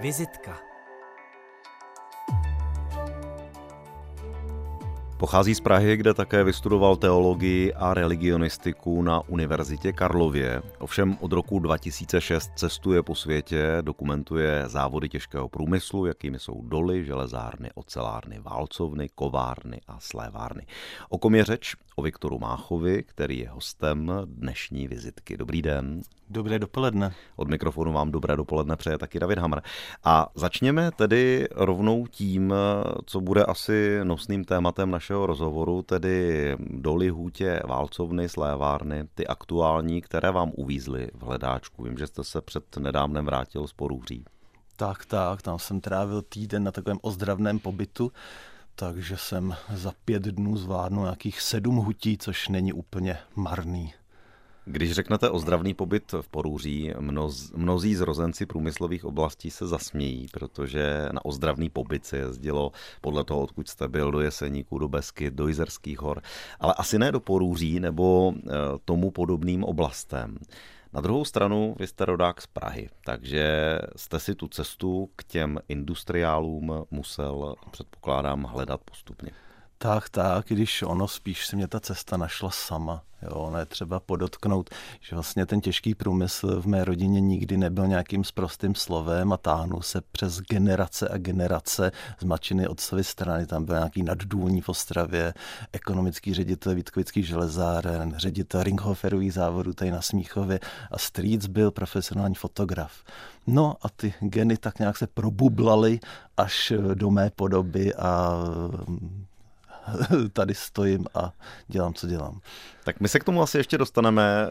Vizitka. Pochází z Prahy, kde také vystudoval teologii a religionistiku na Univerzitě Karlově. Ovšem od roku 2006 cestuje po světě, dokumentuje závody těžkého průmyslu, jakými jsou doly, železárny, ocelárny, válcovny, kovárny a slévárny. O kom je řeč? O Viktoru Máchovi, který je hostem dnešní vizitky. Dobrý den. Dobré dopoledne. Od mikrofonu vám dobré dopoledne přeje taky David Hamr. A začněme tedy rovnou tím, co bude asi nosným tématem našeho rozhovoru, tedy doly, hutě, válcovny, slévárny, ty aktuální, které vám uvízly v hledáčku. Vím, že jste se před nedávnem vrátil z Porúří. Tak, tam jsem trávil týden na takovém ozdravném pobytu, takže jsem za 5 dnů zvládnul nějakých 7 hutí, což není úplně marný. Když řeknete ozdravný pobyt v Porúří, mnozí zrozenci průmyslových oblastí se zasmějí, protože na ozdravný pobyt se jezdilo podle toho, odkud jste byl, do Jeseníku, do Beskyd, do Jizerských hor, ale asi ne do Porúří nebo tomu podobným oblastem. Na druhou stranu, vy jste rodák z Prahy, takže jste si tu cestu k těm industriálům musel, předpokládám, hledat postupně. Tak, když spíš se mě ta cesta našla sama. Ono je třeba podotknout, že vlastně ten těžký průmysl v mé rodině nikdy nebyl nějakým sprostým slovem a táhnul se přes generace a generace z matčiny otcovy strany. Tam byl nějaký naddůlní v Ostravě, ekonomický ředitel Vítkovických železáren, ředitel Ringhoferových závodů tady na Smíchově a strýc byl profesionální fotograf. No a ty geny tak nějak se probublaly až do mé podoby a tady stojím a dělám, co dělám. Tak my se k tomu asi ještě dostaneme.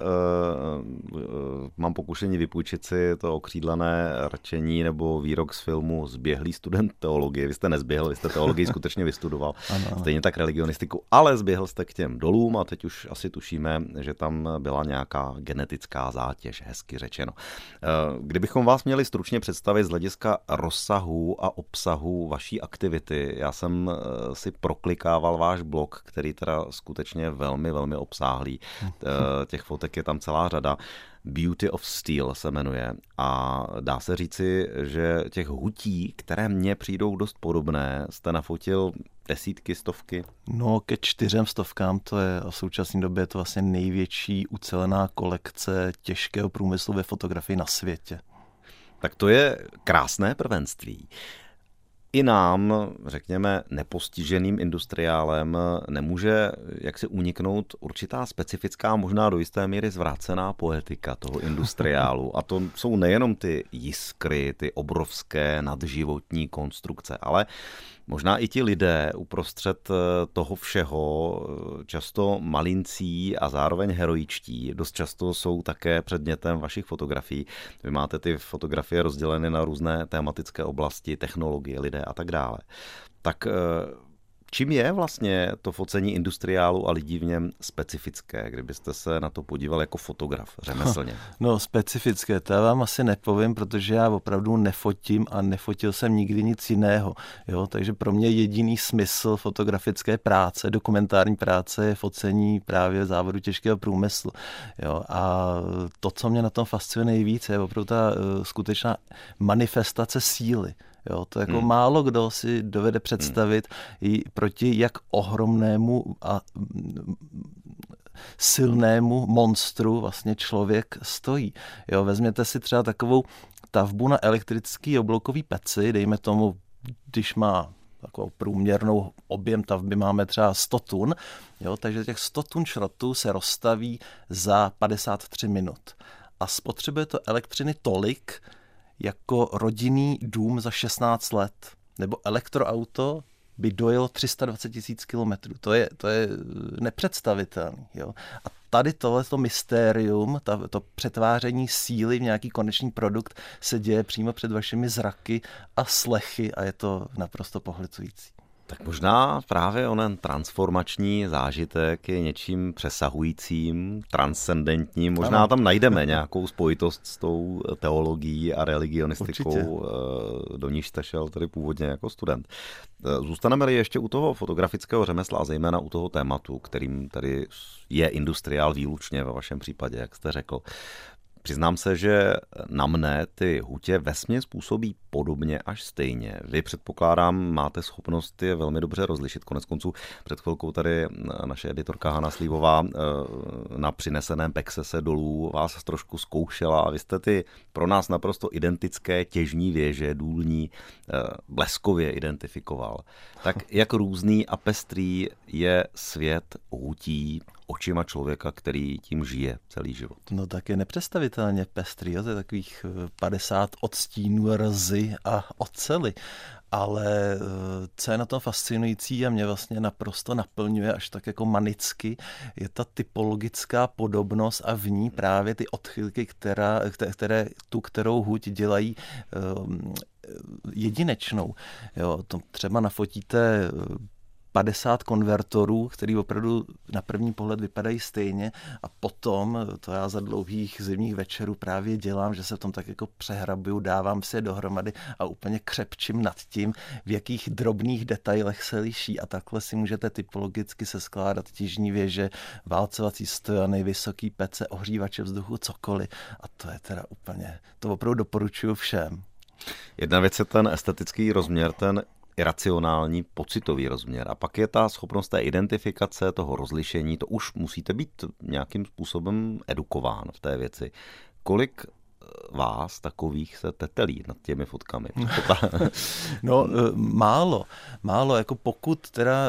Mám pokušení vypůjčit si to okřídlené rčení nebo výrok z filmu Zběhlý student teologie. Vy jste nezběhl, vy jste teologii skutečně vystudoval. Ano. Stejně tak religionistiku, ale zběhl jste k těm dolům a teď už asi tušíme, že tam byla nějaká genetická zátěž, hezky řečeno. Kdybychom vás měli stručně představit z hlediska rozsahu a obsahu vaší aktivity, já jsem si proklikával váš blog, který teda skutečně velmi, velmi obsáhlý. Těch fotek je tam celá řada. Beauty of Steel se jmenuje a dá se říci, že těch hutí, které mně přijdou dost podobné, jste nafotil desítky, stovky? No ke 400, to je a v současné době je to vlastně největší ucelená kolekce těžkého průmyslu ve fotografii na světě. Tak to je krásné prvenství. I nám, řekněme, nepostiženým industriálem nemůže jaksi uniknout určitá specifická, možná do jisté míry zvrácená poetika toho industriálu. A to jsou nejenom ty jiskry, ty obrovské nadživotní konstrukce, ale možná i ti lidé uprostřed toho všeho, často malincí a zároveň heroičtí, dost často jsou také předmětem vašich fotografií. Vy máte ty fotografie rozděleny na různé tematické oblasti, technologie, lidé a tak dále. Tak čím je vlastně to focení industriálu a lidí v něm specifické, kdybyste se na to podíval jako fotograf řemeslně? No specifické, to já vám asi nepovím, protože já opravdu nefotím a nefotil jsem nikdy nic jiného. Jo? Takže pro mě jediný smysl fotografické práce, dokumentární práce je focení právě závodu těžkého průmyslu. Jo? A to, co mě na tom fascinuje nejvíce, je opravdu ta skutečná manifestace síly. Jo, to jako málo kdo si dovede představit proti jak ohromnému a silnému monstru vlastně člověk stojí. Jo, vezměte si třeba takovou tavbu na elektrický obloukový peci, dejme tomu, když má takovou průměrnou objem tavby máme třeba 100 tun, jo, takže těch 100 tun šrotu se rozstaví za 53 minut. A spotřebuje to elektřiny tolik, jako rodinný dům za 16 let. Nebo elektroauto by dojelo 320 000 kilometrů. To je nepředstavitelné. Jo? A tady tohleto mystérium, to přetváření síly v nějaký konečný produkt se děje přímo před vašimi zraky a slechy a je to naprosto pohlcující. Tak možná právě onen transformační zážitek je něčím přesahujícím, transcendentním. Možná ano. Tam najdeme nějakou spojitost s tou teologií a religionistikou, určitě. Do níž jste šel tedy původně jako student. Zůstaneme-li ještě u toho fotografického řemesla a zejména u toho tématu, kterým tady je industriál výlučně ve vašem případě, jak jste řekl. Přiznám se, že na mne ty hutě vesměs působí podobně až stejně. Vy, předpokládám, máte schopnost je velmi dobře rozlišit. Koneckonců před chvilkou tady naše editorka Hana Slívová na přineseném Pexese dolů vás trošku zkoušela a vy jste ty pro nás naprosto identické těžní věže, důlní, bleskově identifikoval. Tak jak různý a pestrý je svět hutí očima člověka, který tím žije celý život? No tak je nepředstavitelně pestrý, jo? To je takových 50 odstínů rzy a oceli. Ale co je na tom fascinující a mě vlastně naprosto naplňuje až tak jako manicky, je ta typologická podobnost a v ní právě ty odchylky, které tu kterou huť dělají jedinečnou. Jo, to třeba nafotíte 50 konvertorů, který opravdu na první pohled vypadají stejně a potom, to já za dlouhých zimních večerů právě dělám, že se v tom tak jako přehrabuju, dávám si je dohromady a úplně křepčím nad tím, v jakých drobných detailech se liší a takhle si můžete typologicky seskládat těžní věže, válcovací stojany, vysoký pece, ohřívače vzduchu, cokoliv a to je teda úplně, to opravdu doporučuju všem. Jedna věc je ten estetický rozměr, ten iracionální pocitový rozměr. A pak je ta schopnost té identifikace, toho rozlišení, to už musíte být nějakým způsobem edukován v té věci. Kolik vás takových se tetelí nad těmi fotkami? No, málo, jako pokud teda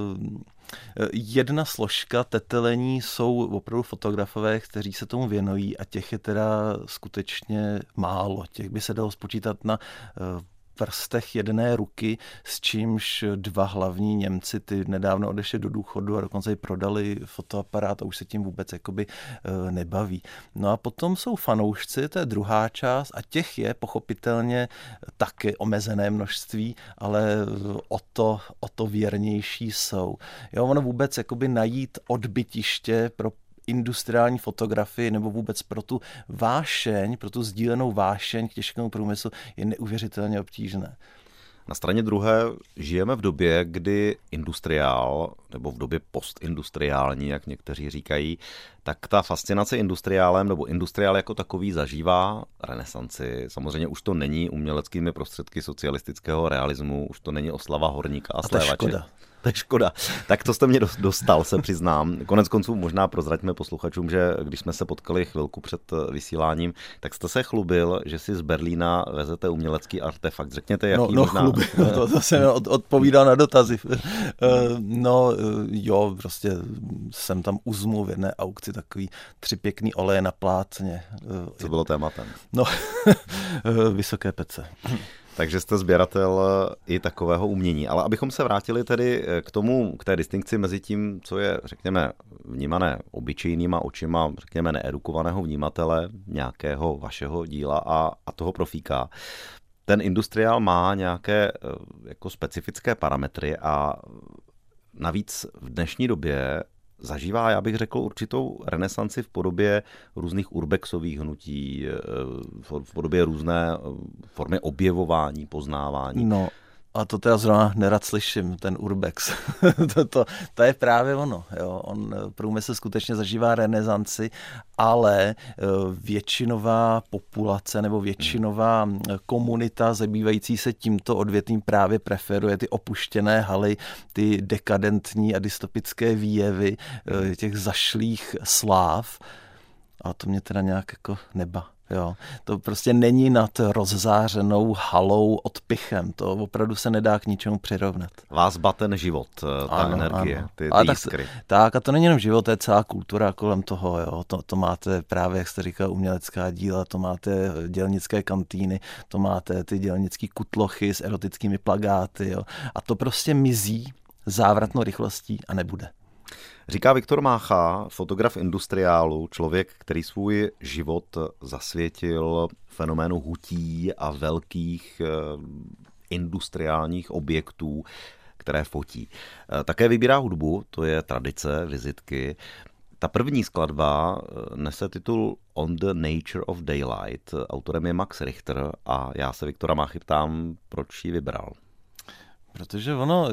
jedna složka tetelení jsou opravdu fotografové, kteří se tomu věnují a těch je teda skutečně málo. Těch by se dalo spočítat na prstech jedné ruky, s čímž dva hlavní Němci ty nedávno odešli do důchodu a dokonce i prodali fotoaparát a už se tím vůbec jakoby nebaví. No a potom jsou fanoušci, to je druhá část a těch je pochopitelně taky omezené množství, ale o to věrnější jsou. Jo, ono vůbec jakoby najít odbytiště pro industriální fotografii nebo vůbec pro tu vášeň, pro tu sdílenou vášeň k těžkému průmyslu je neuvěřitelně obtížné. Na straně druhé žijeme v době, kdy industriál, nebo v době postindustriální, jak někteří říkají, tak ta fascinace industriálem nebo industriál jako takový zažívá renesanci. Samozřejmě už to není uměleckými prostředky socialistického realismu, už to není oslava horníka a slévače. To je škoda. Tak to jste mě dostal, se přiznám. Koneckonců možná prozraďme posluchačům, že když jsme se potkali chvilku před vysíláním, tak jste se chlubil, že si z Berlína vezete umělecký artefakt. Řekněte, jaký možná... Chlubil. To jsem odpovídal na dotazy. Jo, prostě jsem tam uzmul v jedné aukci takový 3 pěkný oleje na plátně. Co bylo tématem? No, vysoké pece. Takže jste sběratel i takového umění. Ale abychom se vrátili tedy k té distinkci mezi tím, co je, řekněme, vnímané obyčejnýma očima, řekněme, needukovaného vnímatele nějakého vašeho díla a toho profíka. Ten industriál má nějaké jako specifické parametry a navíc v dnešní době zažívá, já bych řekl, určitou renesanci v podobě různých urbexových hnutí, v podobě různé formy objevování, poznávání. No a to teda zrovna nerad slyším, ten urbex. to je právě ono. Jo. Průmysl skutečně zažívá renesanci, ale většinová populace nebo většinová komunita zabývající se tímto odvětvím právě preferuje ty opuštěné haly, ty dekadentní a dystopické výjevy těch zašlých sláv. A to mě teda nějak jako neba. Jo, to prostě není nad rozzářenou halou odpichem. To opravdu se nedá k ničemu přirovnat. Vás ba ten život, ta energie, ty jiskry. Tak a to není jenom život, to je celá kultura kolem toho. Jo. To máte právě, jak jste říkal, umělecká díla, to máte dělnické kantýny, to máte ty dělnické kutlochy s erotickými plagáty. Jo. A to prostě mizí závratnou rychlostí a nebude. Říká Viktor Mácha, fotograf industriálu, člověk, který svůj život zasvětil fenoménu hutí a velkých industriálních objektů, které fotí. Také vybírá hudbu, to je tradice, vizitky. Ta první skladba nese titul On the Nature of Daylight. Autorem je Max Richter a já se Viktora Máchy ptám, proč ji vybral. Protože ono,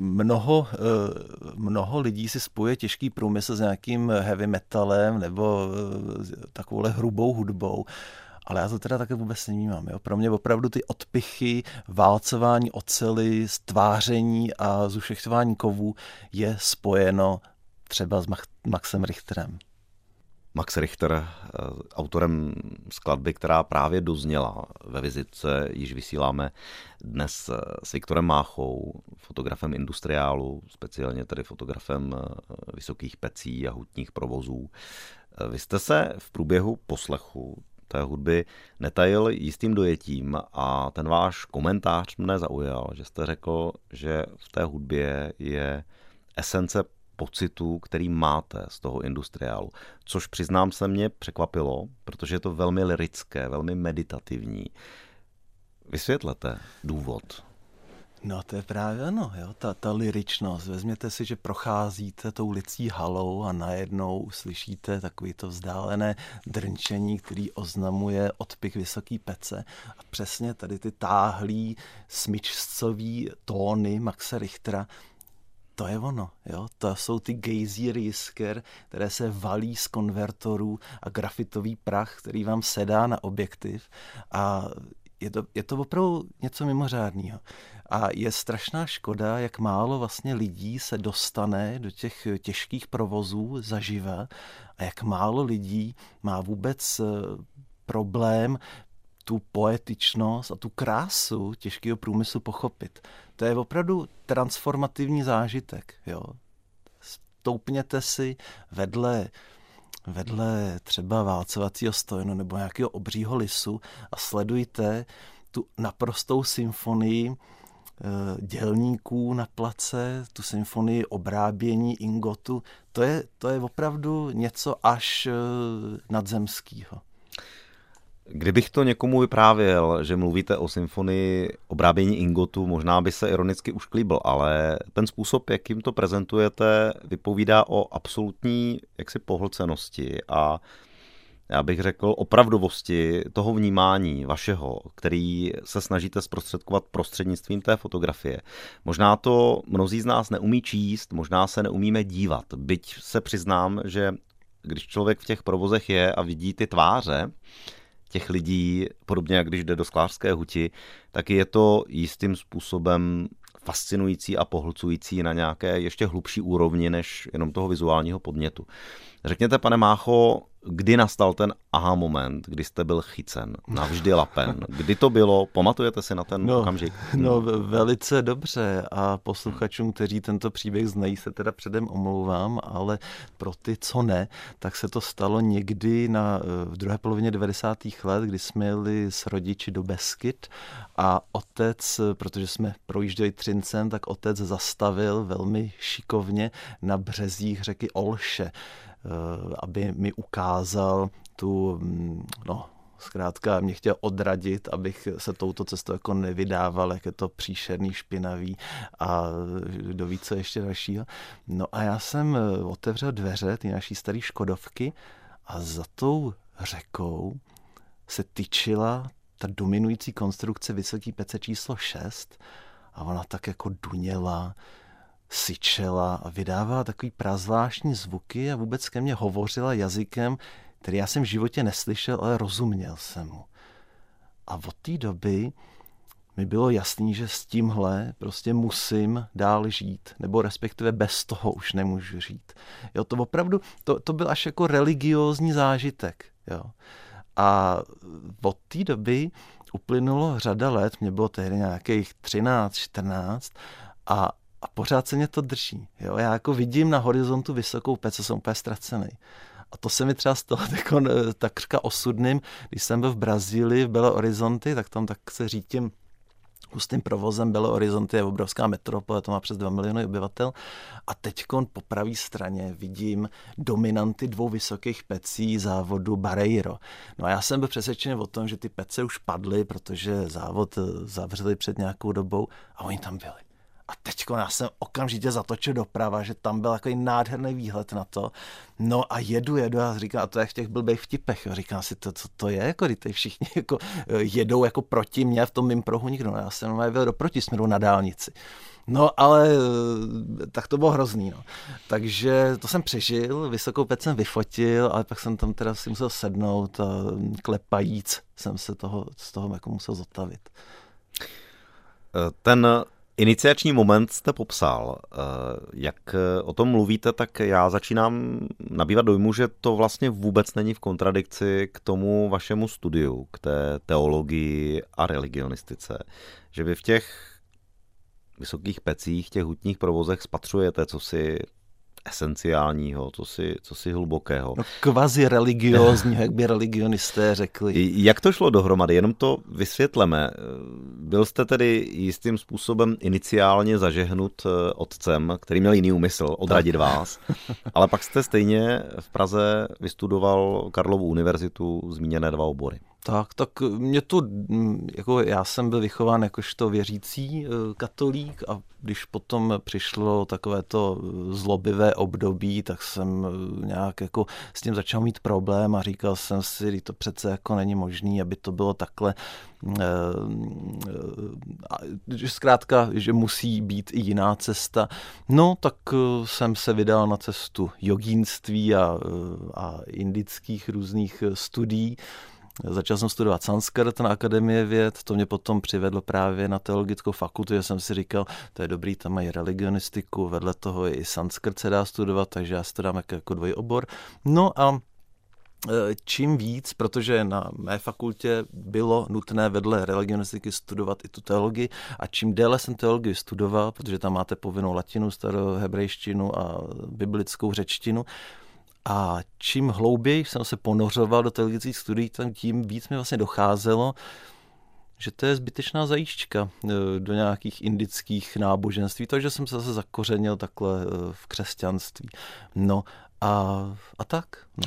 mnoho lidí si spojuje těžký průmysl s nějakým heavy metalem nebo takovouhle hrubou hudbou. Ale já to teda také vůbec nevnímám. Jo. Pro mě opravdu ty odpichy, válcování oceli, stváření a zušechtování kovů je spojeno třeba s Maxem Richterem. Max Richter, autorem skladby, která právě dozněla ve vizitce, již vysíláme dnes s Viktorem Máchou, fotografem industriálu, speciálně tedy fotografem vysokých pecí a hutních provozů. Vy jste se v průběhu poslechu té hudby netajil jistým dojetím a ten váš komentář mne zaujal, že jste řekl, že v té hudbě je esence pocitu, který máte z toho industriálu. Což přiznám se mě překvapilo, protože je to velmi lyrické, velmi meditativní. Vysvětlete důvod. No to je právě ono, jo, ta lyričnost. Vezměte si, že procházíte tou licí halou a najednou slyšíte takový to vzdálené drnčení, který oznamuje odpych vysoký pece. A přesně tady ty táhlý smyčcový tóny Maxe Richtera, to je ono, jo? To jsou ty gejzíry jisker, které se valí z konvertorů a grafitový prach, který vám sedá na objektiv a je to opravdu něco mimořádného. A je strašná škoda, jak málo vlastně lidí se dostane do těch těžkých provozů zaživa a jak málo lidí má vůbec problém tu poetičnost a tu krásu těžkého průmyslu pochopit. To je opravdu transformativní zážitek. Jo. Stoupněte si vedle třeba válcovacího stojnu nebo nějakého obřího lisu a sledujte tu naprostou symfonii dělníků na place, tu symfonii obrábění ingotu. To je opravdu něco až nadzemského. Kdybych to někomu vyprávěl, že mluvíte o symfonii obrábění ingotu, možná by se ironicky ušklíbil, ale ten způsob, jakým to prezentujete, vypovídá o absolutní jaksi pohlcenosti a já bych řekl opravdovosti toho vnímání vašeho, který se snažíte zprostředkovat prostřednictvím té fotografie. Možná to mnozí z nás neumí číst, možná se neumíme dívat, byť se přiznám, že když člověk v těch provozech je a vidí ty tváře těch lidí, podobně jak když jde do sklářské huti, tak je to jistým způsobem fascinující a pohlcující na nějaké ještě hlubší úrovni než jenom toho vizuálního podnětu. Řekněte, pane Mácho, kdy nastal ten aha moment, kdy jste byl chycen, navždy lapen? Kdy to bylo? Pamatujete si na ten okamžik? No, velice dobře a posluchačům, kteří tento příběh znají, se teda předem omlouvám, ale pro ty, co ne, tak se to stalo někdy v druhé polovině 90. let, kdy jsme jeli s rodiči do Beskyd a otec, protože jsme projížděli Třincem, tak otec zastavil velmi šikovně na březích řeky Olše, aby mi ukázal zkrátka mě chtěl odradit, abych se touto cestou jako nevydával, jak je to příšerný, špinavý a kdo ví, co ještě dalšího. No a já jsem otevřel dveře ty naší staré Škodovky a za tou řekou se tyčila ta dominující konstrukce Vysoký pece číslo 6 a ona tak jako duněla, syčela a vydávala takový prazvláštní zvuky a vůbec ke mně hovořila jazykem, který já jsem v životě neslyšel, ale rozuměl jsem mu. A od té doby mi bylo jasný, že s tímhle prostě musím dál žít, nebo respektive bez toho už nemůžu žít. Jo, to opravdu, to byl až jako religiózní zážitek. Jo. A od té doby uplynulo řada let, mě bylo tehdy nějakých 13, 14 a pořád se mě to drží. Jo? Já jako vidím na horizontu Vysokou pec, jsem úplně ztracený. A to se mi třeba stalo takřka osudným, když jsem byl v Brazílii v Belo Horizonte, tak tam tak se řítím hustým provozem. Belo Horizonte je obrovská metropole, to má přes 2 miliony obyvatel. A teďkon po pravé straně vidím dominanty 2 vysokých pecí závodu Barreiro. No a já jsem byl přesvědčený o tom, že ty pece už padly, protože závod zavřeli před nějakou dobou a oni tam byli. A A teďko já jsem okamžitě zatočil doprava, že tam byl takový nádherný výhled na to. No a jedu a říkám, a to je v těch blbých vtipech. Jo. Říkám si, co to je, jako tady všichni jako jedou jako proti mě, v tom mým pruhu nikdo. No, já jsem jel do protisměru na dálnici. No ale tak to bylo hrozný, no. Takže to jsem přežil, Vysokou Pec jsem vyfotil, ale pak jsem tam teda si musel sednout a klepajíc jsem se z toho jako musel zotavit. Ten iniciační moment jste popsal. Jak o tom mluvíte, tak já začínám nabývat dojmu, že to vlastně vůbec není v kontradikci k tomu vašemu studiu, k té teologii a religionistice. Že vy v těch Vysokých Pecích, těch hutních provozech spatřujete cosi esenciálního, cosi hlubokého. No, kvazi religiózního, jak by religionisté řekli. Jak to šlo dohromady? Jenom to vysvětleme. Byl jste tedy jistým způsobem iniciálně zažehnut otcem, který měl jiný úmysl, odradit vás, ale pak jste stejně v Praze vystudoval Karlovu univerzitu, zmíněné 2 obory. Tak mě to, jako já jsem byl vychován jakožto věřící katolík a když potom přišlo takové to zlobivé období, tak jsem nějak jako s tím začal mít problém a říkal jsem si, že to přece jako není možný, aby to bylo takhle, že zkrátka, že musí být i jiná cesta. No, tak jsem se vydal na cestu jogínství a indických různých studií. Začal jsem studovat sanskrt na Akademii věd, to mě potom přivedlo právě na teologickou fakultu, že jsem si říkal, to je dobrý, tam mají religionistiku, vedle toho i sanskrt se dá studovat, takže já si to dám jako dvojobor. No a čím víc, protože na mé fakultě bylo nutné vedle religionistiky studovat i tu teologii a čím déle jsem teologii studoval, protože tam máte povinnou latinu, starohebrejštinu a biblickou řečtinu, a čím hlouběji jsem se ponořoval do teologických studií, tím víc mi vlastně docházelo, že to je zbytečná zajížďka do nějakých indických náboženství, takže jsem se zase zakořenil takhle v křesťanství. No a tak. No.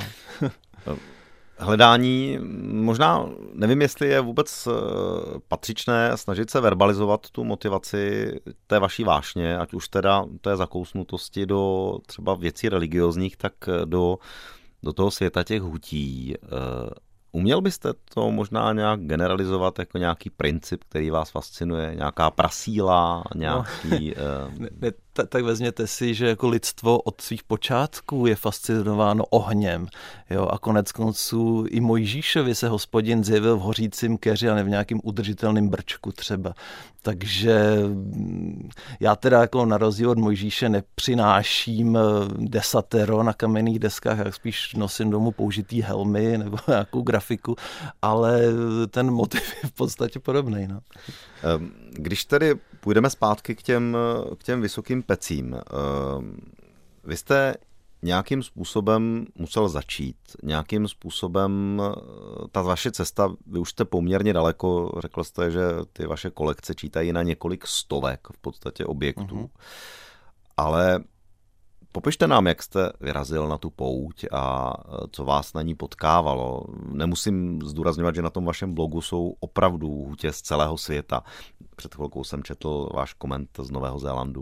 Hledání, možná nevím, jestli je vůbec patřičné snažit se verbalizovat tu motivaci té vaší vášně, ať už teda té zakousnutosti do třeba věcí religiózních, tak do toho světa těch hutí. Uměl byste to možná nějak generalizovat jako nějaký princip, který vás fascinuje? Nějaká prasíla, nějaký... Tak vezměte si, že jako lidstvo od svých počátků je fascinováno ohněm. Jo? A konec konců i Mojžíšovi se Hospodin zjevil v hořícím keři a ne v nějakým udržitelným brčku třeba. Takže já teda jako na rozdíl od Mojžíše nepřináším desatero na kamenných deskách, jak spíš nosím domů použitý helmy nebo nějakou grafiku, ale ten motiv je v podstatě podobný. No. Když tedy půjdeme zpátky k těm Vysokým Pecím, vy jste nějakým způsobem musel začít, nějakým způsobem ta vaše cesta, vy už jste poměrně daleko, řekl jste, že ty vaše kolekce čítají na několik stovek v podstatě objektů, ale popište nám, jak jste vyrazil na tu pouť a co vás na ní potkávalo. Nemusím zdůrazňovat, že na tom vašem blogu jsou opravdu hutě z celého světa. Před chvilkou jsem četl váš koment z Nového Zélandu.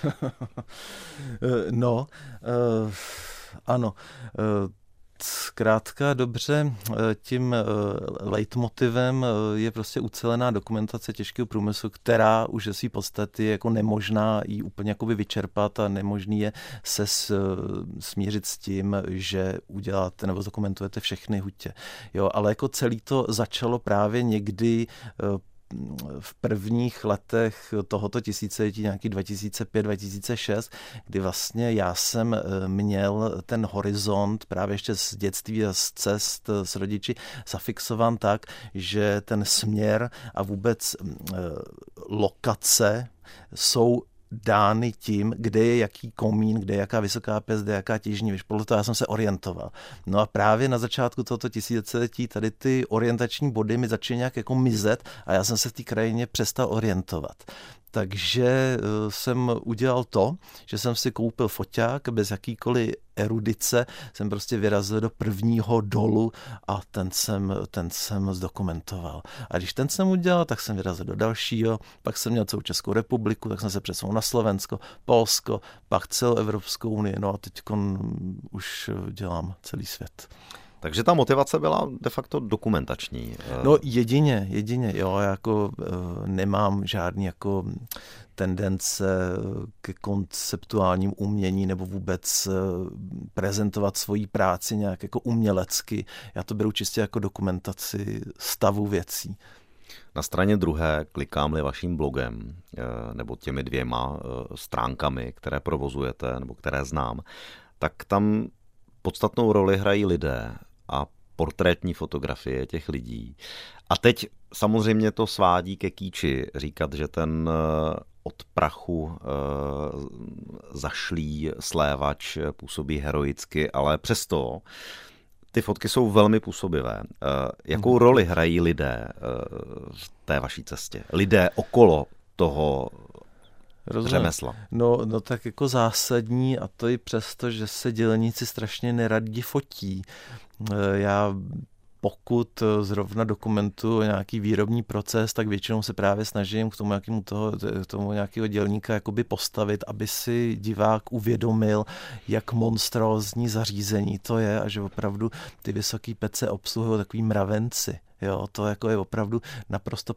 Ano. Zkrátka dobře, tím leitmotivem je prostě ucelená dokumentace těžkého průmyslu, která už ze své podstaty je jako nemožná ji úplně jakoby vyčerpat a nemožný je se smířit s tím, že uděláte nebo dokumentujete všechny hutě. Jo, ale jako celý to začalo právě někdy v prvních letech tohoto tisíciletí, nějaký 2005-2006, kdy vlastně já jsem měl ten horizont právě ještě z dětství a z cest s rodiči zafixovan tak, že ten směr a vůbec lokace jsou dány tím, kde je jaký komín, kde je jaká Vysoká Pec, kde je jaká Těžní věž. Podle toho já jsem se orientoval. No a právě na začátku tohoto tisíciletí tady ty orientační body mi začaly nějak jako mizet a já jsem se v té krajině přestal orientovat. Takže jsem udělal to, že jsem si koupil foťák bez jakýkoliv erudice, jsem prostě vyrazil do prvního dolu a ten jsem zdokumentoval. A když ten jsem udělal, tak jsem vyrazil do dalšího, pak jsem měl celou Českou republiku, tak jsem se přesunul na Slovensko, Polsko, pak celou Evropskou unii, no a teď už dělám celý svět. Takže ta motivace byla de facto dokumentační. No jedině, jo, jako nemám žádný jako tendence ke konceptuálním umění nebo vůbec prezentovat svoji práci nějak jako umělecky. Já to beru čistě jako dokumentaci stavu věcí. Na straně druhé, klikám-li vaším blogem nebo těmi 2 stránkami, které provozujete nebo které znám, tak tam podstatnou roli hrají lidé a portrétní fotografie těch lidí. A teď samozřejmě to svádí ke kýči říkat, že ten od prachu zašlý slévač působí heroicky, ale přesto ty fotky jsou velmi působivé. Jakou roli hrají lidé v té vaší cestě? Lidé okolo toho řemesla. No tak jako zásadní, a to i přesto, že se dělníci strašně neradi fotí. Já pokud zrovna dokumentuju nějaký výrobní proces, tak většinou se právě snažím k tomu nějakého dělníka jakoby postavit, aby si divák uvědomil, jak monstrózní zařízení to je a že opravdu ty vysoký pece obsluhují takový mravenci. Jo, to jako je opravdu naprosto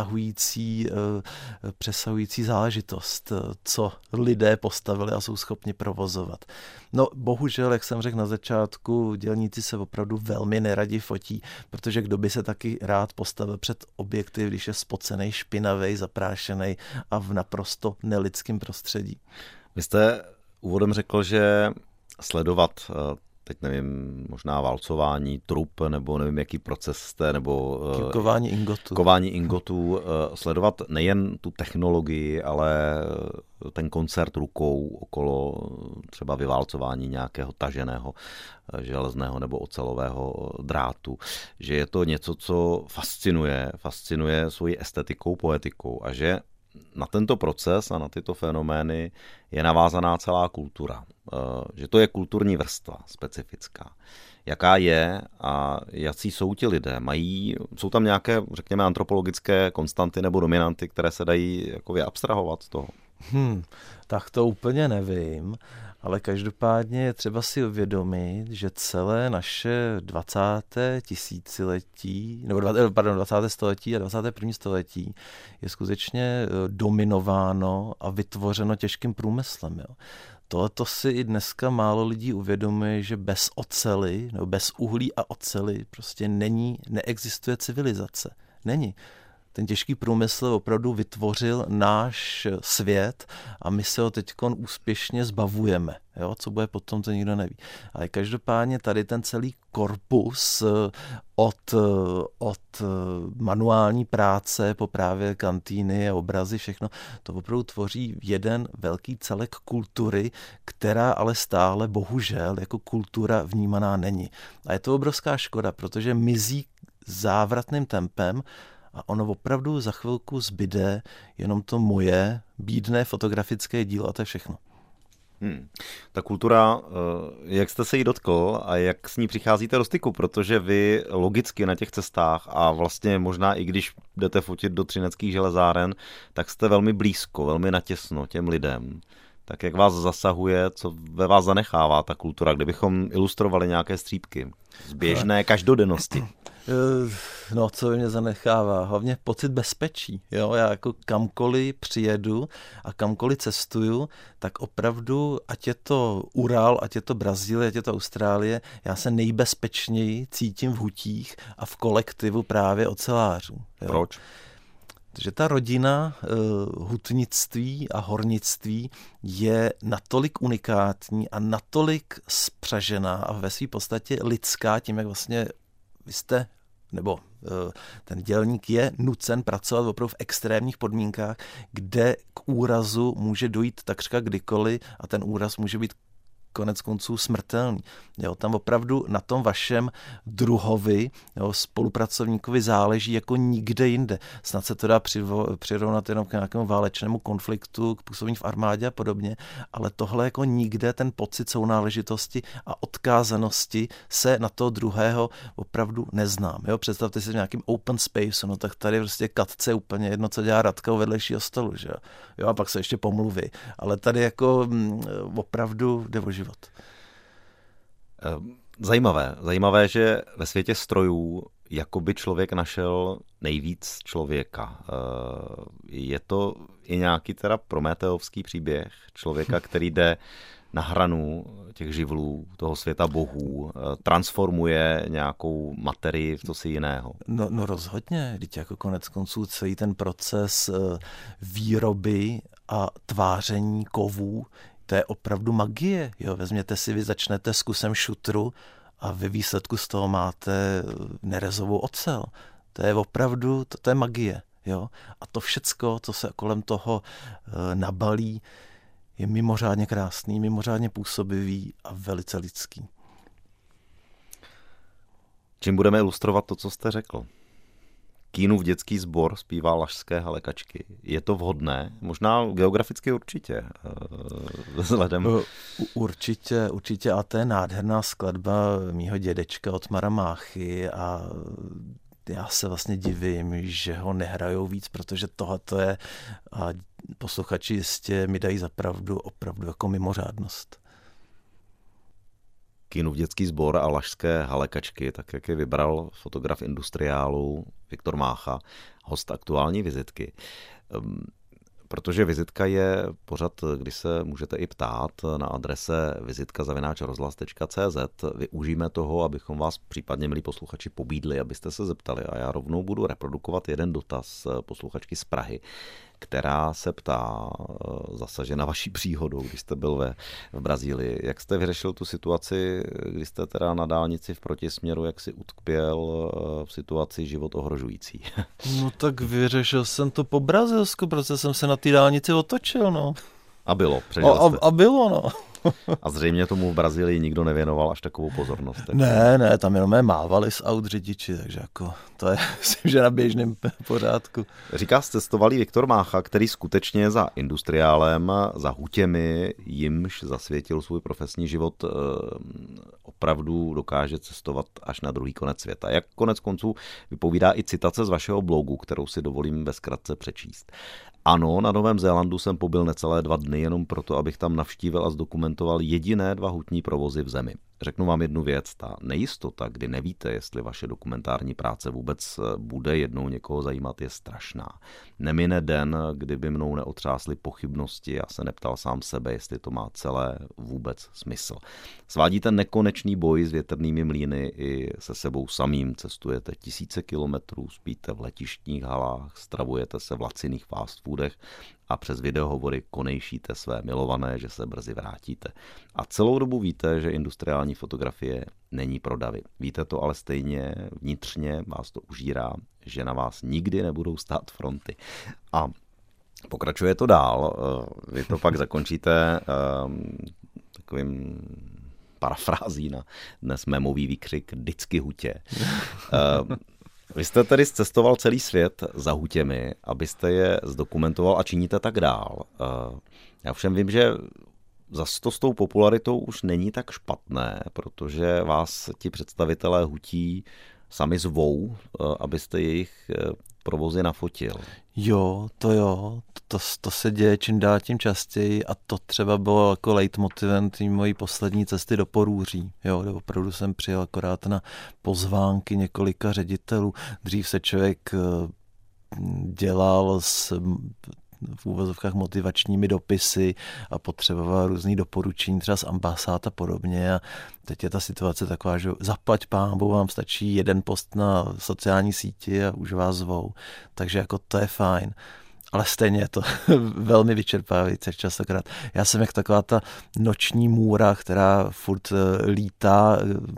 přesahující záležitost, co lidé postavili a jsou schopni provozovat. No bohužel, jak jsem řekl na začátku, dělníci se opravdu velmi neradi fotí, protože kdo by se taky rád postavil před objektiv, když je spocenej, špinavej, zaprášenej a v naprosto nelidském prostředí. Vy jste úvodem řekl, že sledovat teď nevím, možná válcování trub, nebo nevím, jaký proces jste, nebo kování ingotů, sledovat nejen tu technologii, ale ten koncert rukou okolo třeba vyválcování nějakého taženého železného nebo ocelového drátu, že je to něco, co fascinuje svojí estetikou, poetikou a že na tento proces a na tyto fenomény je navázaná celá kultura. Že to je kulturní vrstva specifická. Jaká je a jací jsou ti lidé? Jsou tam nějaké, řekněme, antropologické konstanty nebo dominanty, které se dají jako vyabstrahovat z toho? Tak to úplně nevím, ale každopádně je třeba si uvědomit, že celé naše 20. tisíciletí, nebo 20. století a 21. století je skutečně dominováno a vytvořeno těžkým průmyslem. Jo. Tohleto si i dneska málo lidí uvědomuje, že bez oceli, nebo bez uhlí a oceli prostě neexistuje civilizace. Není. Ten těžký průmysl opravdu vytvořil náš svět a my se ho teďkon úspěšně zbavujeme. Jo? Co bude potom, to nikdo neví. Ale každopádně tady ten celý korpus od manuální práce po právě kantýny a obrazy, všechno, to opravdu tvoří jeden velký celek kultury, která ale stále bohužel jako kultura vnímaná není. A je to obrovská škoda, protože mizí závratným tempem a ono opravdu za chvilku zbyde jenom to moje bídné fotografické dílo a to je všechno. Ta kultura, jak jste se jí dotkl a jak s ní přicházíte do styku, protože vy logicky na těch cestách a vlastně možná i když jdete fotit do třineckých železáren, tak jste velmi blízko, velmi natěsno těm lidem. Tak jak vás zasahuje, co ve vás zanechává ta kultura, kdybychom ilustrovali nějaké střípky z běžné každodennosti? No, co mě zanechává? Hlavně pocit bezpečí. Jo? Já jako kamkoliv přijedu a kamkoliv cestuju, tak opravdu, ať je to Ural, ať je to Brazílie, ať je to Austrálie, já se nejbezpečněji cítím v hutích a v kolektivu právě ocelářů. Jo? Proč? Že ta rodina hutnictví a hornictví je natolik unikátní a natolik spřažená a ve své podstatě lidská, tím, jak vlastně vy jste, nebo ten dělník je nucen pracovat opravdu v extrémních podmínkách, kde k úrazu může dojít takřka kdykoliv a ten úraz může být konec konců smrtelný. Jo, tam opravdu na tom vašem druhovi, jo, spolupracovníkovi záleží jako nikde jinde. Snad se to dá přirovnat jenom k nějakému válečnému konfliktu, k působení v armádě a podobně, ale tohle jako nikde ten pocit sounáležitosti a odkázanosti se na toho druhého opravdu neznám. Jo, představte si v nějakým open space, no tak tady prostě katce úplně jedno, co dělá Radka u vedlejšího stolu, že jo, a pak se ještě pomluví, ale tady jako opravdu jde o život. Zajímavé, že ve světě strojů jakoby člověk našel nejvíc člověka. Je to i nějaký teda prometeovský příběh člověka, který jde na hranu těch živlů, toho světa bohů, transformuje nějakou materii v cosi jiného. No rozhodně, vždyť jako konec konců celý ten proces výroby a tváření kovů, to je opravdu magie. Jo? Vezměte si, vy začnete s kusem šutru a ve výsledku z toho máte nerezovou ocel. To je opravdu, to je magie. Jo? A to všecko, co se kolem toho nabalí, je mimořádně krásný, mimořádně působivý a velice lidský. Čím budeme ilustrovat to, co jste řekl? Kínův dětský sbor zpívá Lašské halekačky. Je to vhodné? Možná geograficky určitě. Vzhledem... Určitě. A to je nádherná skladba mýho dědečka Otmara Máchy a já se vlastně divím, že ho nehrajou víc, protože tohleto je, a posluchači jistě mi dají za pravdu, opravdu jako mimořádnost. Kínův dětský sbor a Lašské halekačky, tak jak je vybral fotograf Industriálu Viktor Mácha, host aktuální vizitky. Protože vizitka je pořad, kdy se můžete i ptát na adrese vizitka@rozhlas.cz. Využijeme toho, abychom vás případně, milí posluchači, pobídli, abyste se zeptali. A já rovnou budu reprodukovat jeden dotaz posluchačky z Prahy, která se ptá, zase na vaší příhodou, když jste byl v Brazílii. Jak jste vyřešil tu situaci, kdy jste teda na dálnici v protisměru, jak si utkpěl v situaci život ohrožující? No tak vyřešil jsem to po brazilsku, protože jsem se na té dálnici otočil, no. A bylo, přežil jste. A bylo, no. A zřejmě tomu v Brazílii nikdo nevěnoval až takovou pozornost. Tak... Ne, tam jenom mávali z aut řidiči, takže jako to je, myslím, že na běžném pořádku. Říká cestovalý Viktor Mácha, který skutečně za Industriálem, za hutěmi, jimž zasvětil svůj profesní život, opravdu dokáže cestovat až na druhý konec světa. Jak konec konců vypovídá i citace z vašeho blogu, kterou si dovolím ve zkratce přečíst. Ano, na Novém Zélandu jsem pobyl necelé 2 dny jenom proto, abych tam navštívil a zdokumentoval jediné 2 hutní provozy v zemi. Řeknu vám jednu věc, ta nejistota, kdy nevíte, jestli vaše dokumentární práce vůbec bude jednou někoho zajímat, je strašná. Nemine den, kdyby mnou neotřásly pochybnosti a se neptal sám sebe, jestli to má celé vůbec smysl. Svádíte nekonečný boj s větrnými mlýny i se sebou samým, cestujete tisíce kilometrů, spíte v letištních halách, stravujete se v laciných fast foodech a přes videohovory konejšíte své milované, že se brzy vrátíte. A celou dobu víte, že industriální fotografie není pro davy. Víte to ale stejně vnitřně, vás to užírá, že na vás nikdy nebudou stát fronty. A pokračuje to dál. Vy to pak zakončíte takovým parafrází na dnes memový výkřik "Vždycky hutě". Vy jste tedy cestoval celý svět za hutěmi, abyste je zdokumentoval a činíte tak dál. Já všem vím, že zas to s tou popularitou už není tak špatné, protože vás ti představitelé hutí sami zvou, abyste jejich provozy nafotil. Jo, to se děje čím dál tím častěji a to třeba bylo jako leitmotivem té mojí poslední cesty do Porúří. Jo, kde opravdu jsem přijel akorát na pozvánky několika ředitelů. Dřív se člověk dělal v úvozovkách motivačními dopisy a potřeboval různý doporučení třeba z ambasád a podobně. A teď je ta situace taková, že zaplať pánbou, vám stačí jeden post na sociální síti a už vás zvou. Takže jako to je fajn. ale stejně je to velmi vyčerpávající častokrát. Já jsem jak taková ta noční můra, která furt lítá,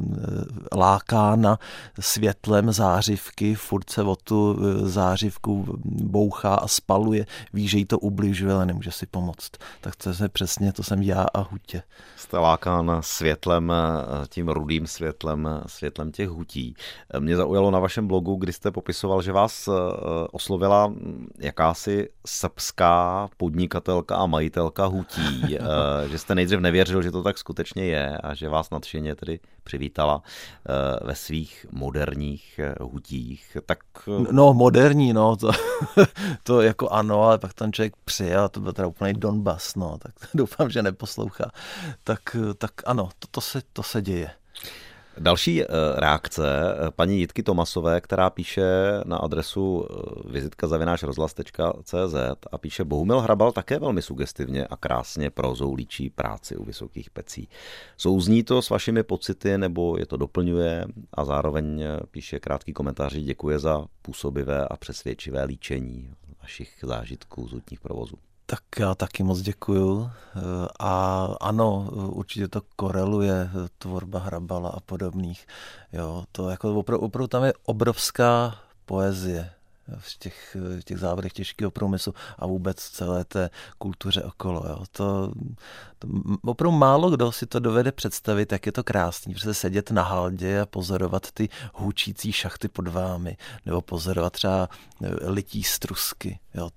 lákána světlem zářivky, furt se o tu zářivku bouchá a spaluje, ví, že jí to ubližuje, ale nemůže si pomoct. Tak to je přesně, to jsem já a hutě. Jste lákán světlem, tím rudým světlem těch hutí. Mě zaujalo na vašem blogu, kdy jste popisoval, že vás oslovila jakási srbská podnikatelka a majitelka hutí, že jste nejdřív nevěřil, že to tak skutečně je a že vás nadšeně tedy přivítala ve svých moderních hutích. Tak... No moderní, no, to jako ano, ale pak ten člověk přijel, to byl teda úplný Donbas, no, tak doufám, že neposlouchá. Tak ano, to se děje. Další reakce paní Jitky Tomasové, která píše na adresu vizitka@rozhlas.cz a píše: Bohumil Hrabal také velmi sugestivně a krásně prózou líčí práci u Vysokých pecí. Souzní to s vašimi pocity, nebo je to doplňuje? A zároveň píše krátký komentář, děkuje za působivé a přesvědčivé líčení vašich zážitků z hutních provozů. Tak já taky moc děkuju a ano, určitě to koreluje, tvorba Hrabala a podobných. Jo, to jako opravdu tam je obrovská poezie v těch závodech těžkého průmyslu a vůbec celé té kultuře okolo. Jo. To opravdu málo kdo si to dovede představit, jak je to krásný, protože sedět na haldě a pozorovat ty hučící šachty pod vámi, nebo pozorovat třeba lití strusky. Jo,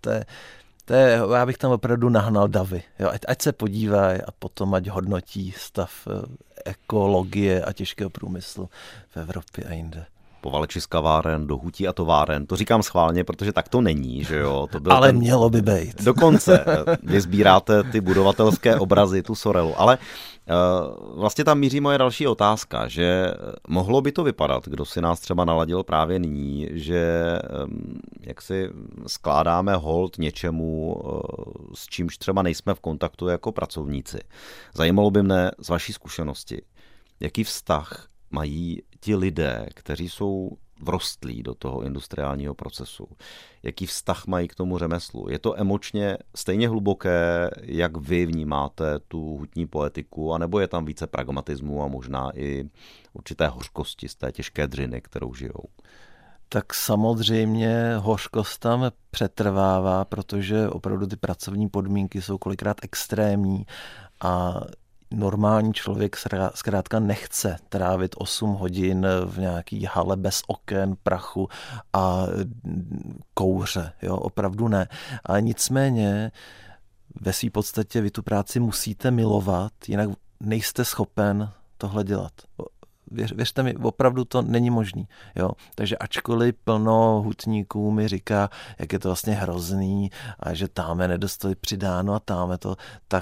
já bych tam opravdu nahnal davy. Jo, ať se podívají a potom ať hodnotí stav ekologie a těžkého průmyslu v Evropě a jinde. Povaleči z kaváren do hutí a továren. To říkám schválně, protože tak to není, že jo? To byl ale mělo by být. Dokonce. Vy sbíráte ty budovatelské obrazy, tu Sorelu. Ale vlastně tam míří moje další otázka, že mohlo by to vypadat, kdo si nás třeba naladil právě nyní, že jak si skládáme hold něčemu, s čímž třeba nejsme v kontaktu jako pracovníci. Zajímalo by mne z vaší zkušenosti, jaký vztah mají ti lidé, kteří jsou vrostlí do toho industriálního procesu. Jaký vztah mají k tomu řemeslu? Je to emočně stejně hluboké, jak vy vnímáte tu hutní poetiku, anebo je tam více pragmatismu a možná i určité hořkosti z té těžké dřiny, kterou žijou? Tak samozřejmě hořkost tam přetrvává, protože opravdu ty pracovní podmínky jsou kolikrát extrémní a normální člověk zkrátka nechce trávit 8 hodin v nějaký hale bez oken, prachu a kouře. Jo? Opravdu ne. Ale nicméně ve své podstatě vy tu práci musíte milovat, jinak nejste schopen tohle dělat. Věřte mi, opravdu to není možný. Jo? Takže ačkoliv plno hutníků mi říká, jak je to vlastně hrozný a že táme nedostali přidáno a táme to, tak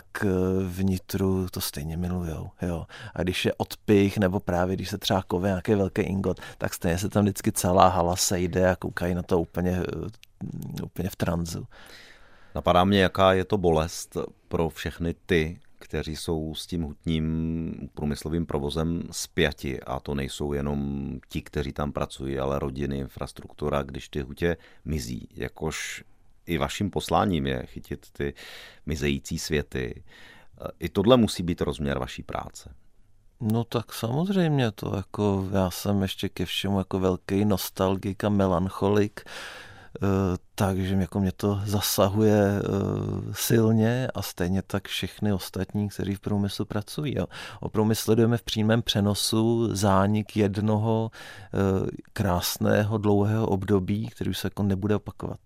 vnitru to stejně milujou. Jo? A když je odpich, nebo právě když se třeba kove nějaký velký ingot, tak stejně se tam vždycky celá hala sejde a koukají na to úplně v tranzu. Napadá mě, jaká je to bolest pro všechny ty, kteří jsou s tím hutním průmyslovým provozem spjati, a to nejsou jenom ti, kteří tam pracují, ale rodiny, infrastruktura, když ty hutě mizí, jakož i vaším posláním je chytit ty mizející světy. I tohle musí být rozměr vaší práce. No tak samozřejmě to jako, já jsem ještě ke všemu jako velký nostalgik a melancholik, takže jako mě to zasahuje silně a stejně tak všechny ostatní, kteří v průmyslu pracují. Jo. Opravdu my sledujeme v přímém přenosu zánik jednoho krásného dlouhého období, který už se jako nebude opakovat.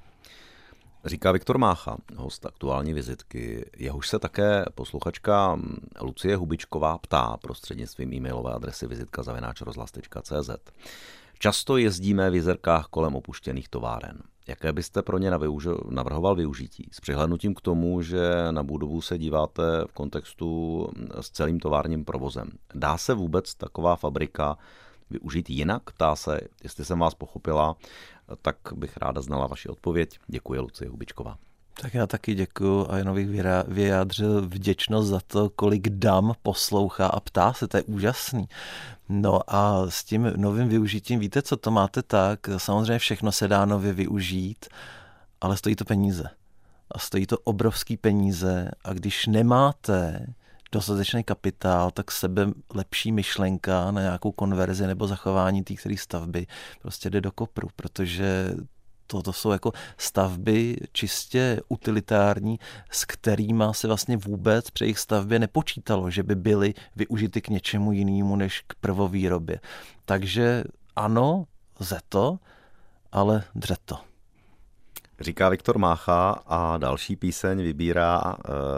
Říká Viktor Mácha, host aktuální vizitky. Jehož se také posluchačka Lucie Hubičková ptá prostřednictvím e-mailové adresy vizitka@rozhlas.cz. Často jezdíme v jezerkách kolem opuštěných továren. Jaké byste pro ně navrhoval využití? S přihlédnutím k tomu, že na budovu se díváte v kontextu s celým továrním provozem. Dá se vůbec taková fabrika využít jinak? Ptá se, jestli jsem vás pochopila, tak bych ráda znala vaši odpověď. Děkuji, Lucie Hubičková. Tak já taky děkuju a jenom bych vyjádřil vděčnost za to, kolik dam poslouchá a ptá se, to je úžasný. No a s tím novým využitím, víte, co to máte tak, samozřejmě všechno se dá nově využít, ale stojí to peníze. A stojí to obrovský peníze a když nemáte dostatečný kapitál, tak sebe lepší myšlenka na nějakou konverzi nebo zachování té které stavby prostě jde do kopru, protože to jsou jako stavby čistě utilitární, s kterýma se vlastně vůbec při jejich stavbě nepočítalo, že by byly využity k něčemu jinému než k prvovýrobě. Takže ano, lze to, ale dře to. Říká Viktor Mácha a další píseň vybírá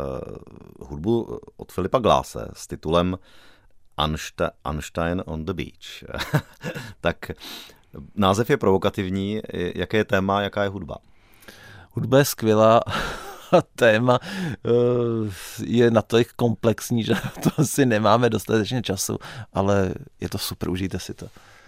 hudbu od Philippa Glasse s titulem Einstein on the Beach. Tak název je provokativní. Jaké je téma, jaká je hudba? Hudba je skvělá a téma je natolik komplexní, že to asi nemáme dostatečně času, ale je to super, užijte si to.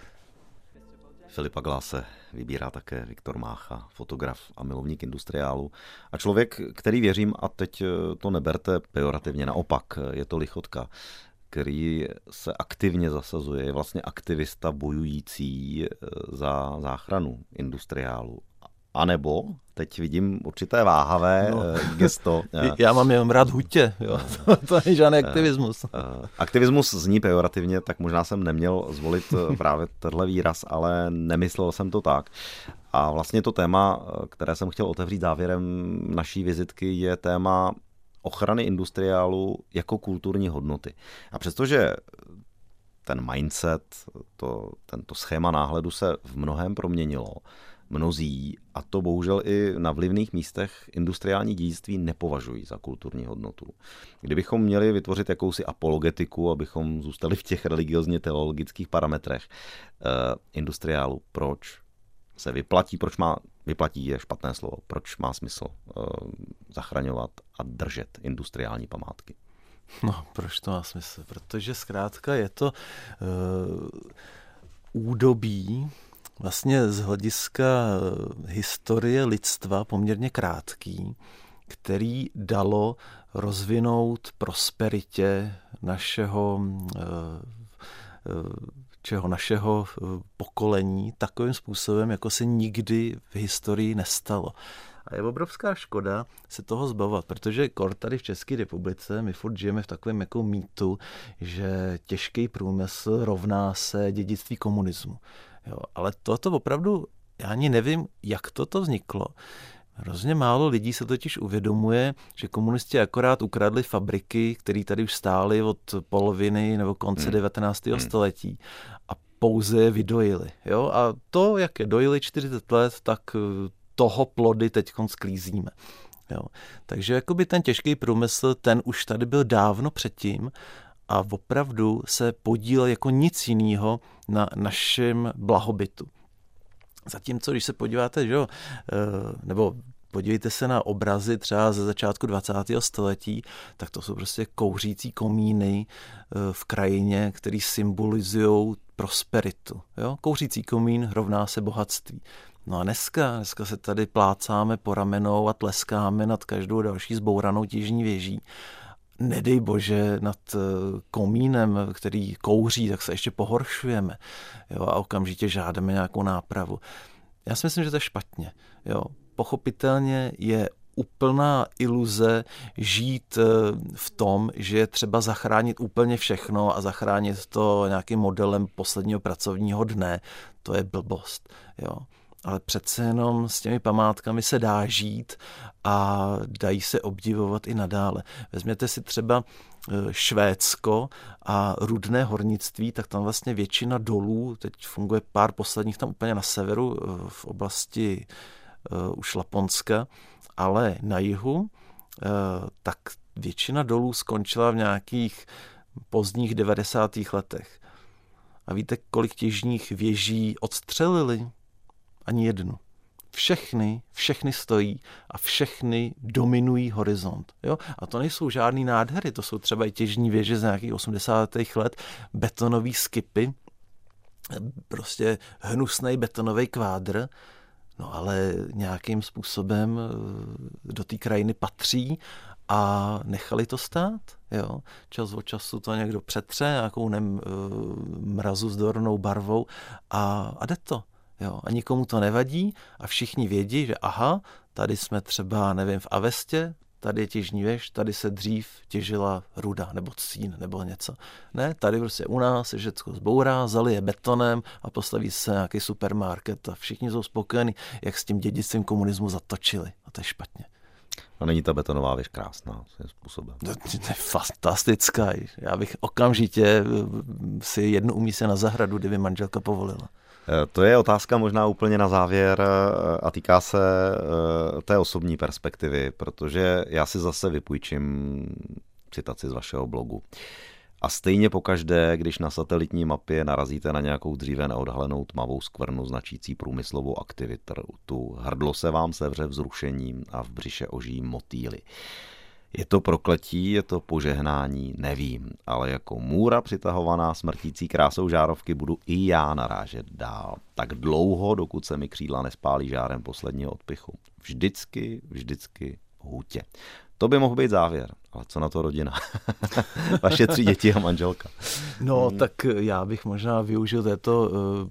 Philippa Glasse vybírá také Viktor Mácha, fotograf a milovník industriálu. A člověk, který věřím, a teď to neberte pejorativně, naopak, je to lichotka, který se aktivně zasazuje, je vlastně aktivista bojující za záchranu industriálu. A nebo, teď vidím určité váhavé gesto. Já mám jenom rád hutě, jo. To není žádný aktivismus. Aktivismus zní pejorativně, tak možná jsem neměl zvolit právě tenhle výraz, ale nemyslel jsem to tak. A vlastně to téma, které jsem chtěl otevřít závěrem naší vizitky, je téma ochrany industriálu jako kulturní hodnoty. A přestože ten mindset, tento schéma náhledu se v mnohém proměnilo, mnozí, a to bohužel i na vlivných místech, industriální dědictví nepovažují za kulturní hodnotu. Kdybychom měli vytvořit jakousi apologetiku, abychom zůstali v těch religiozně teologických parametrech industriálu, proč se vyplatí, vyplatí je špatné slovo, proč má smysl zachraňovat a držet industriální památky? No, proč to má smysl? Protože zkrátka je to údobí, vlastně z hlediska historie lidstva poměrně krátký, který dalo rozvinout prosperitě našeho pokolení takovým způsobem, jako se nikdy v historii nestalo. A je obrovská škoda se toho zbavovat, protože tady v České republice my furt žijeme v takovém jako mýtu, že těžký průmysl rovná se dědictví komunismu. Jo, ale toto opravdu, já ani nevím, jak toto vzniklo. Hrozně málo lidí se totiž uvědomuje, že komunisti akorát ukradli fabriky, které tady už stály od poloviny nebo konce 19. století a pouze je vydojili. Jo? A to, jak je dojili 40 let, tak toho plody teď sklízíme. Jo? Takže jakoby ten těžký průmysl, ten už tady byl dávno předtím a opravdu se podílel jako nic jiného na našem blahobytu. Zatímco, když se podíváte, že jo, nebo podívejte se na obrazy třeba ze začátku 20. století, tak to jsou prostě kouřící komíny v krajině, který symbolizují prosperitu. Jo? Kouřící komín rovná se bohatství. No a dneska se tady plácáme po ramenou a tleskáme nad každou další zbouranou těžní věží. Nedej bože, nad komínem, který kouří, tak se ještě pohoršujeme. Jo, a okamžitě žádáme nějakou nápravu. Já si myslím, že to je špatně. Jo. Pochopitelně je úplná iluze žít v tom, že je třeba zachránit úplně všechno a zachránit to nějakým modelem posledního pracovního dne. To je blbost. Jo. Ale přece jenom s těmi památkami se dá žít a dají se obdivovat i nadále. Vezměte si třeba Švédsko a rudné hornictví, tak tam vlastně většina dolů, teď funguje pár posledních tam úplně na severu v oblasti už Laponska, ale na jihu, tak většina dolů skončila v nějakých pozdních 90. letech. A víte, kolik těžních věží odstřelili? Ani jednu. Všechny stojí a všechny dominují horizont. Jo? A to nejsou žádný nádhery, to jsou třeba i těžní věže z nějakých 80. let, betonový skipy, prostě hnusnej betonový kvádr, no ale nějakým způsobem do té krajiny patří a nechali to stát. Jo? Čas od času to někdo přetře nějakou mrazu zdornou barvou a jde to. Jo, a nikomu to nevadí a všichni vědí, že aha, tady jsme třeba, nevím, v Avestě, tady je těžní věž, tady se dřív těžila ruda nebo cín nebo něco. Ne, tady prostě u nás se všechno zbourá, zalije betonem a postaví se nějaký supermarket a všichni jsou spokojení, jak s tím dědictvím komunismu zatočili. A to je špatně. A není ta betonová věž krásná svým způsobem? To je fantastická. Já bych okamžitě si jednu umístil na zahradu, kdyby manželka povolila. To je otázka možná úplně na závěr a týká se té osobní perspektivy, protože já si zase vypůjčím citaci z vašeho blogu. A stejně pokaždé, když na satelitní mapě narazíte na nějakou dříve neodhalenou tmavou skvrnu značící průmyslovou aktivitu, hrdlo se vám sevře vzrušením a v břiše ožijí motýly. Je to prokletí, je to požehnání, nevím, ale jako můra přitahovaná smrtící krásou žárovky budu i já narážet dál. Tak dlouho, dokud se mi křídla nespálí žárem posledního odpichu. Vždycky hůtě. To by mohl být závěr, ale co na to rodina? Vaše 3 děti a manželka. No, tak já bych možná využil této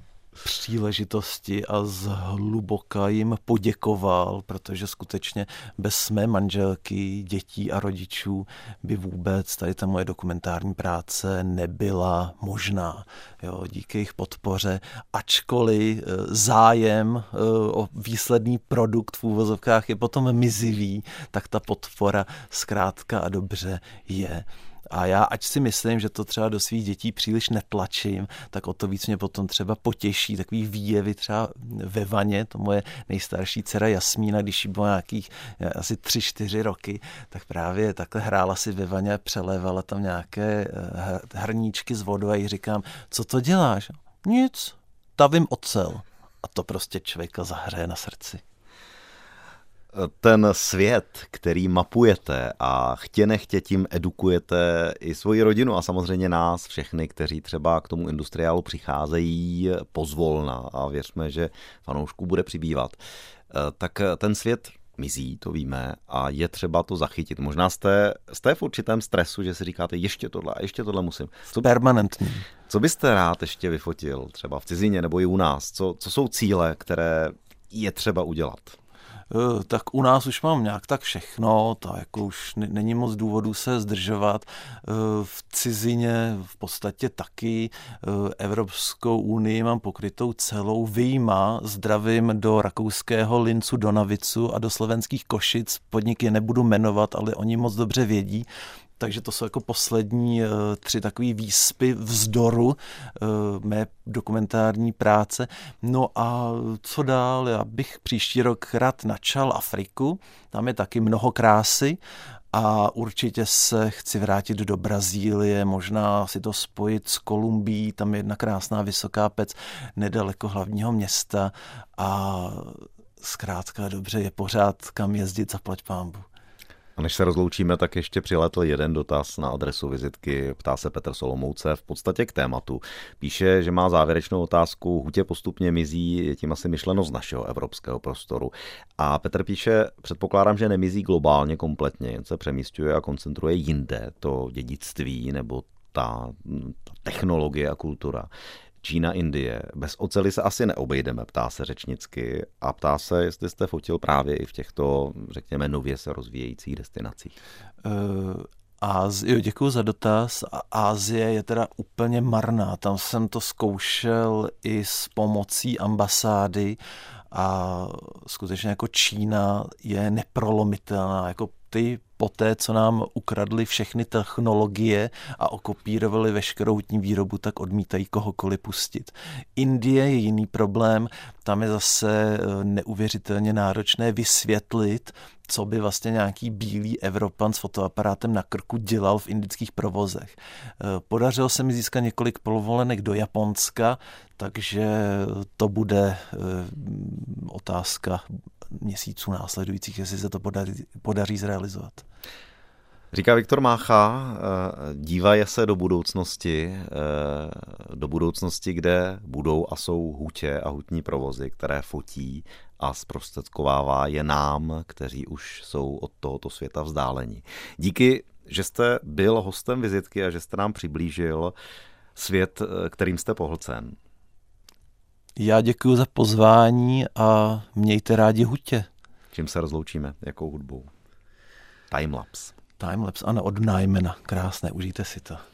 příležitosti a zhluboka jim poděkoval, protože skutečně bez mé manželky, dětí a rodičů by vůbec tady ta moje dokumentární práce nebyla možná. Jo, díky jejich podpoře, ačkoliv zájem o výsledný produkt v úvozovkách je potom mizivý, tak ta podpora zkrátka a dobře je. A já, ať si myslím, že to třeba do svých dětí příliš netlačím, tak o to víc mě potom třeba potěší takový výjevy třeba ve vaně. To moje nejstarší dcera Jasmína, když jí bylo nějakých asi 3-4 roky, tak právě takhle hrála si ve vaně a přelévala tam nějaké hrníčky s vodou a jí říkám, co to děláš? Nic, tavím ocel. A to prostě člověka zahřeje na srdci. Ten svět, který mapujete a chtě nechtě tím edukujete i svoji rodinu a samozřejmě nás všechny, kteří třeba k tomu industriálu přicházejí pozvolna a věřme, že fanoušků bude přibývat, tak ten svět mizí, to víme, a je třeba to zachytit. Možná jste v určitém stresu, že si říkáte ještě tohle musím. Permanentní. Co byste rád ještě vyfotil třeba v cizině nebo i u nás? Co jsou cíle, které je třeba udělat? Tak u nás už mám nějak tak všechno, tak jako už není moc důvodů se zdržovat. V cizině v podstatě taky Evropskou unii mám pokrytou celou, vyjma zdravím do rakouského Lincu, do Navicu a do slovenských Košic. Podnik je nebudu jmenovat, ale oni moc dobře vědí. Takže to jsou jako poslední 3 takové výspy vzdoru mé dokumentární práce. No a co dál? Já bych příští rok rád načal Afriku. Tam je taky mnoho krásy a určitě se chci vrátit do Brazílie, možná si to spojit s Kolumbií. Tam je jedna krásná vysoká pec nedaleko hlavního města a zkrátka dobře je pořád kam jezdit, zaplať pánbu. A než se rozloučíme, tak ještě přiletl jeden dotaz na adresu vizitky. Ptá se Petr Solomouce v podstatě k tématu. Píše, že má závěrečnou otázku. Hutě postupně mizí, je tím asi myšleno z našeho evropského prostoru. A Petr píše, předpokládám, že nemizí globálně kompletně, jen se přemísťuje a koncentruje jinde to dědictví nebo ta technologie a kultura. Čína, Indie. Bez oceli se asi neobejdeme, ptá se řečnicky a ptá se, jestli jste fotil právě i v těchto, řekněme, nově se rozvíjejících destinacích. Děkuji za dotaz. Asie je teda úplně marná. Tam jsem to zkoušel i s pomocí ambasády a skutečně jako Čína je neprolomitelná. Jako ty poté, co nám ukradli všechny technologie a okopírovali veškerou hutní výrobu, tak odmítají kohokoliv pustit. Indie je jiný problém, tam je zase neuvěřitelně náročné vysvětlit, co by vlastně nějaký bílý Evropan s fotoaparátem na krku dělal v indických provozech. Podařilo se mi získat několik povolenek do Japonska, takže to bude otázka měsíců následujících, jestli se to podaří zrealizovat. Říká Viktor Mácha, dívaje se do budoucnosti, kde budou a jsou hutě a hutní provozy, které fotí a zprostředkovává je nám, kteří už jsou od tohoto světa vzdáleni. Díky, že jste byl hostem vizitky a že jste nám přiblížil svět, kterým jste pohlcen. Já děkuji za pozvání a mějte rádi hutě. Čím se rozloučíme? Jakou hudbou? Timelapse. Timelapse, ano, od Nymana. Krásné, užijte si to.